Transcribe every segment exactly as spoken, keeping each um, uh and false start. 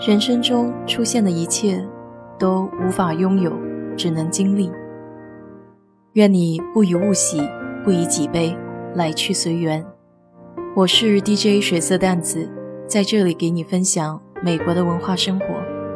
人生中出现的一切都无法拥有，只能经历。愿你不以物喜，不以己悲，来去随缘。我是 D J 水色淡子，在这里给你分享美国的文化生活。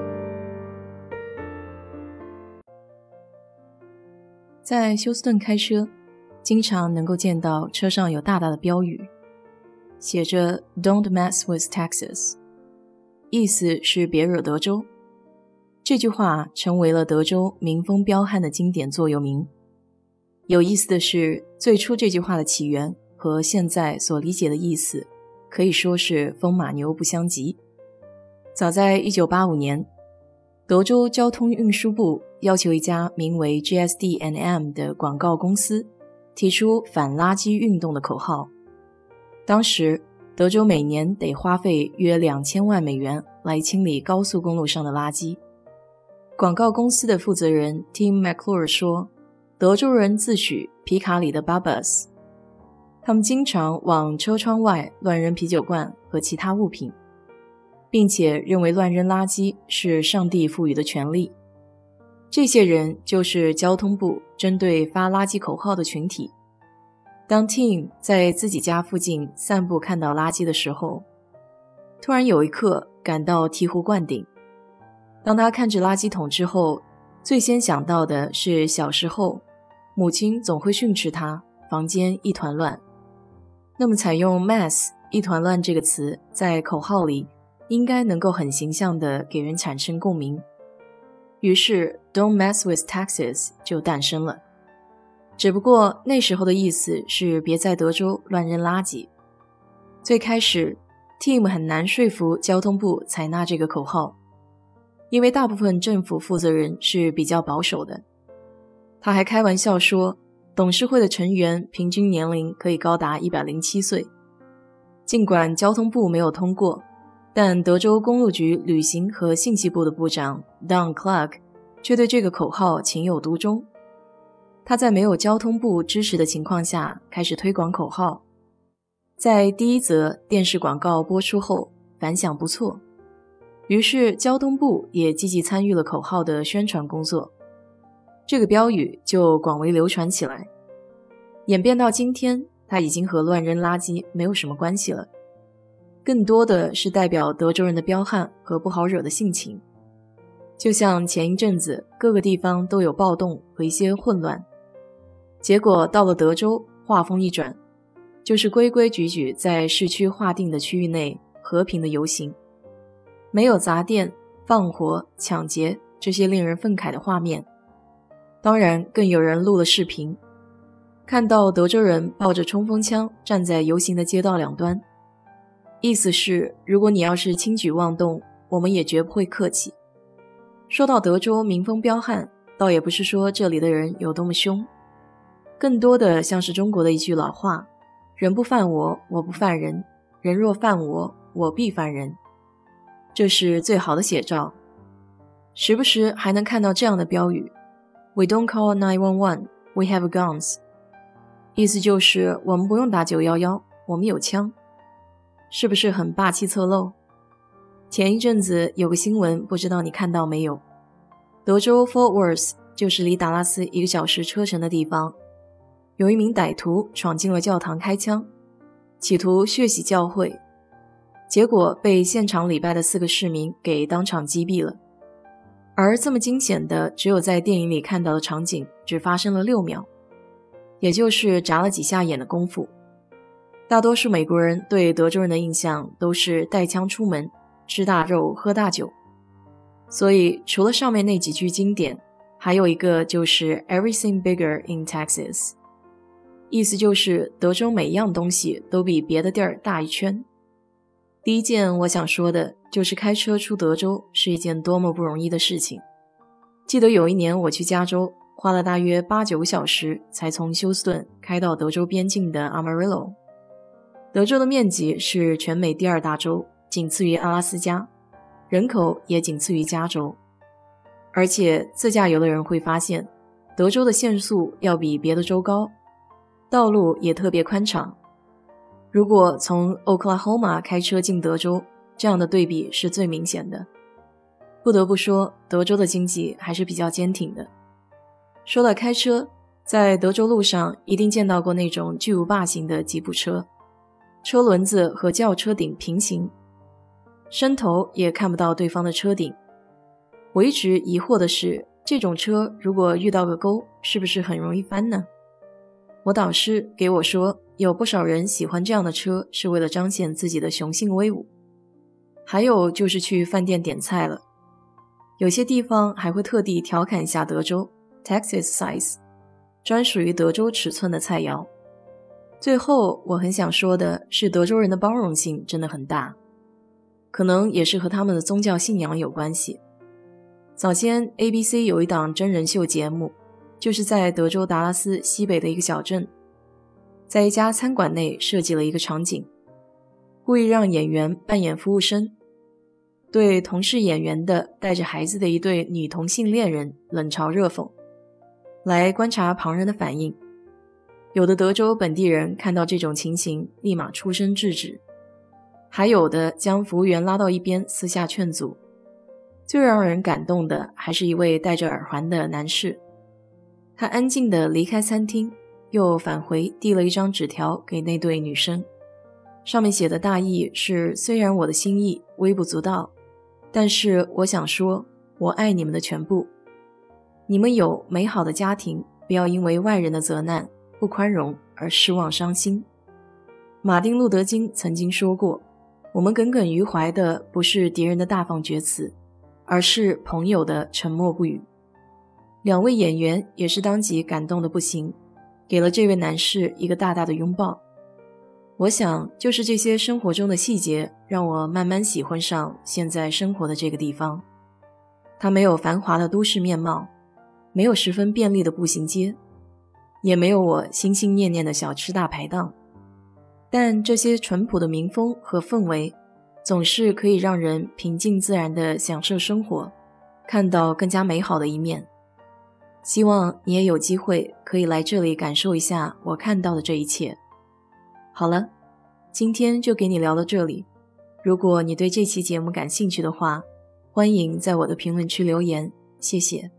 在休斯顿开车，经常能够见到车上有大大的标语，写着 Don't mess with Texas， 意思是别惹德州。这句话成为了德州民风彪悍的经典座右铭。有意思的是，最初这句话的起源和现在所理解的意思可以说是风马牛不相及。早在一九八五年，德州交通运输部要求一家名为 G S D and M 的广告公司提出反垃圾运动的口号。当时德州每年得花费约两千万美元来清理高速公路上的垃圾。广告公司的负责人 Tim McClure 说，德州人自诩皮卡里的 Babas， 他们经常往车窗外乱扔啤酒罐和其他物品，并且认为乱扔垃圾是上帝赋予的权利。这些人就是交通部针对发垃圾口号的群体。当 Tim 在自己家附近散步看到垃圾的时候，突然有一刻感到醍醐灌顶。当他看着垃圾桶之后，最先想到的是小时候母亲总会训斥他房间一团乱。那么采用 mess 一团乱这个词在口号里应该能够很形象地给人产生共鸣。于是 Don't mess with Texas 就诞生了。只不过那时候的意思是别在德州乱扔垃圾。最开始 Tim 很难说服交通部采纳这个口号，因为大部分政府负责人是比较保守的。他还开玩笑说，董事会的成员平均年龄可以高达一百零七岁。尽管交通部没有通过，但德州公路局旅行和信息部的部长 Don Clark 却对这个口号情有独钟。他在没有交通部支持的情况下开始推广口号。在第一则电视广告播出后，反响不错，于是交通部也积极参与了口号的宣传工作。这个标语就广为流传起来，演变到今天，它已经和乱扔垃圾没有什么关系了，更多的是代表德州人的彪悍和不好惹的性情。就像前一阵子各个地方都有暴动和一些混乱，结果到了德州，话锋一转，就是规规矩矩在市区划定的区域内和平的游行，没有砸店、放火、抢劫这些令人愤慨的画面。当然更有人录了视频，看到德州人抱着冲锋枪站在游行的街道两端，意思是如果你要是轻举妄动，我们也绝不会客气。说到德州民风彪悍，倒也不是说这里的人有多么凶，更多的像是中国的一句老话，人不犯我，我不犯人，人若犯我，我必犯人。这是最好的写照。时不时还能看到这样的标语， We don't call nine one one, we have guns， 意思就是我们不用打九一一，我们有枪。是不是很霸气侧漏？前一阵子有个新闻，不知道你看到没有，德州 Fort Worth 就是离达拉斯一个小时车程的地方，有一名歹徒闯进了教堂开枪，企图血洗教会，结果被现场礼拜的四个市民给当场击毙了。而这么惊险的只有在电影里看到的场景只发生了六秒，也就是眨了几下眼的功夫。大多数美国人对德州人的印象都是带枪出门，吃大肉喝大酒，所以除了上面那几句经典，还有一个就是 Everything bigger in Texas， 意思就是德州每一样东西都比别的地儿大一圈。第一件我想说的就是开车出德州是一件多么不容易的事情。记得有一年我去加州，花了大约八九个小时才从休斯顿开到德州边境的 Amarillo。 德州的面积是全美第二大州，仅次于阿拉斯加，人口也仅次于加州。而且自驾游的人会发现，德州的限速要比别的州高，道路也特别宽敞。如果从 Oklahoma 开车进德州，这样的对比是最明显的。 不得不说，德州的经济还是比较坚挺的。说到开车，在德州路上一定见到过那种巨无霸型的吉普车，车轮子和轿车顶平行，伸头也看不到对方的车顶。我一直疑惑的是，这种车如果遇到个沟，是不是很容易翻呢？我导师给我说，有不少人喜欢这样的车是为了彰显自己的雄性威武。还有就是去饭店点菜了，有些地方还会特地调侃一下德州 Texas size， 专属于德州尺寸的菜肴。最后我很想说的是，德州人的包容性真的很大，可能也是和他们的宗教信仰有关系。早先 A B C 有一档真人秀节目，就是在德州达拉斯西北的一个小镇，在一家餐馆内设计了一个场景，故意让演员扮演服务生，对同是演员的带着孩子的一对女同性恋人冷嘲热讽，来观察旁人的反应。有的德州本地人看到这种情形立马出声制止，还有的将服务员拉到一边私下劝阻。最让人感动的还是一位戴着耳环的男士，他安静地离开餐厅，又返回递了一张纸条给那对女生，上面写的大意是，虽然我的心意微不足道，但是我想说，我爱你们的全部。你们有美好的家庭，不要因为外人的责难、不宽容而失望伤心。马丁·路德·金曾经说过，我们耿耿于怀的不是敌人的大放厥词，而是朋友的沉默不语。两位演员也是当即感动的不行，给了这位男士一个大大的拥抱。我想，就是这些生活中的细节，让我慢慢喜欢上现在生活的这个地方。它没有繁华的都市面貌，没有十分便利的步行街，也没有我心心念念的小吃大排档，但这些淳朴的民风和氛围，总是可以让人平静自然地享受生活，看到更加美好的一面。希望你也有机会可以来这里感受一下我看到的这一切。好了，今天就给你聊到这里。如果你对这期节目感兴趣的话，欢迎在我的评论区留言，谢谢。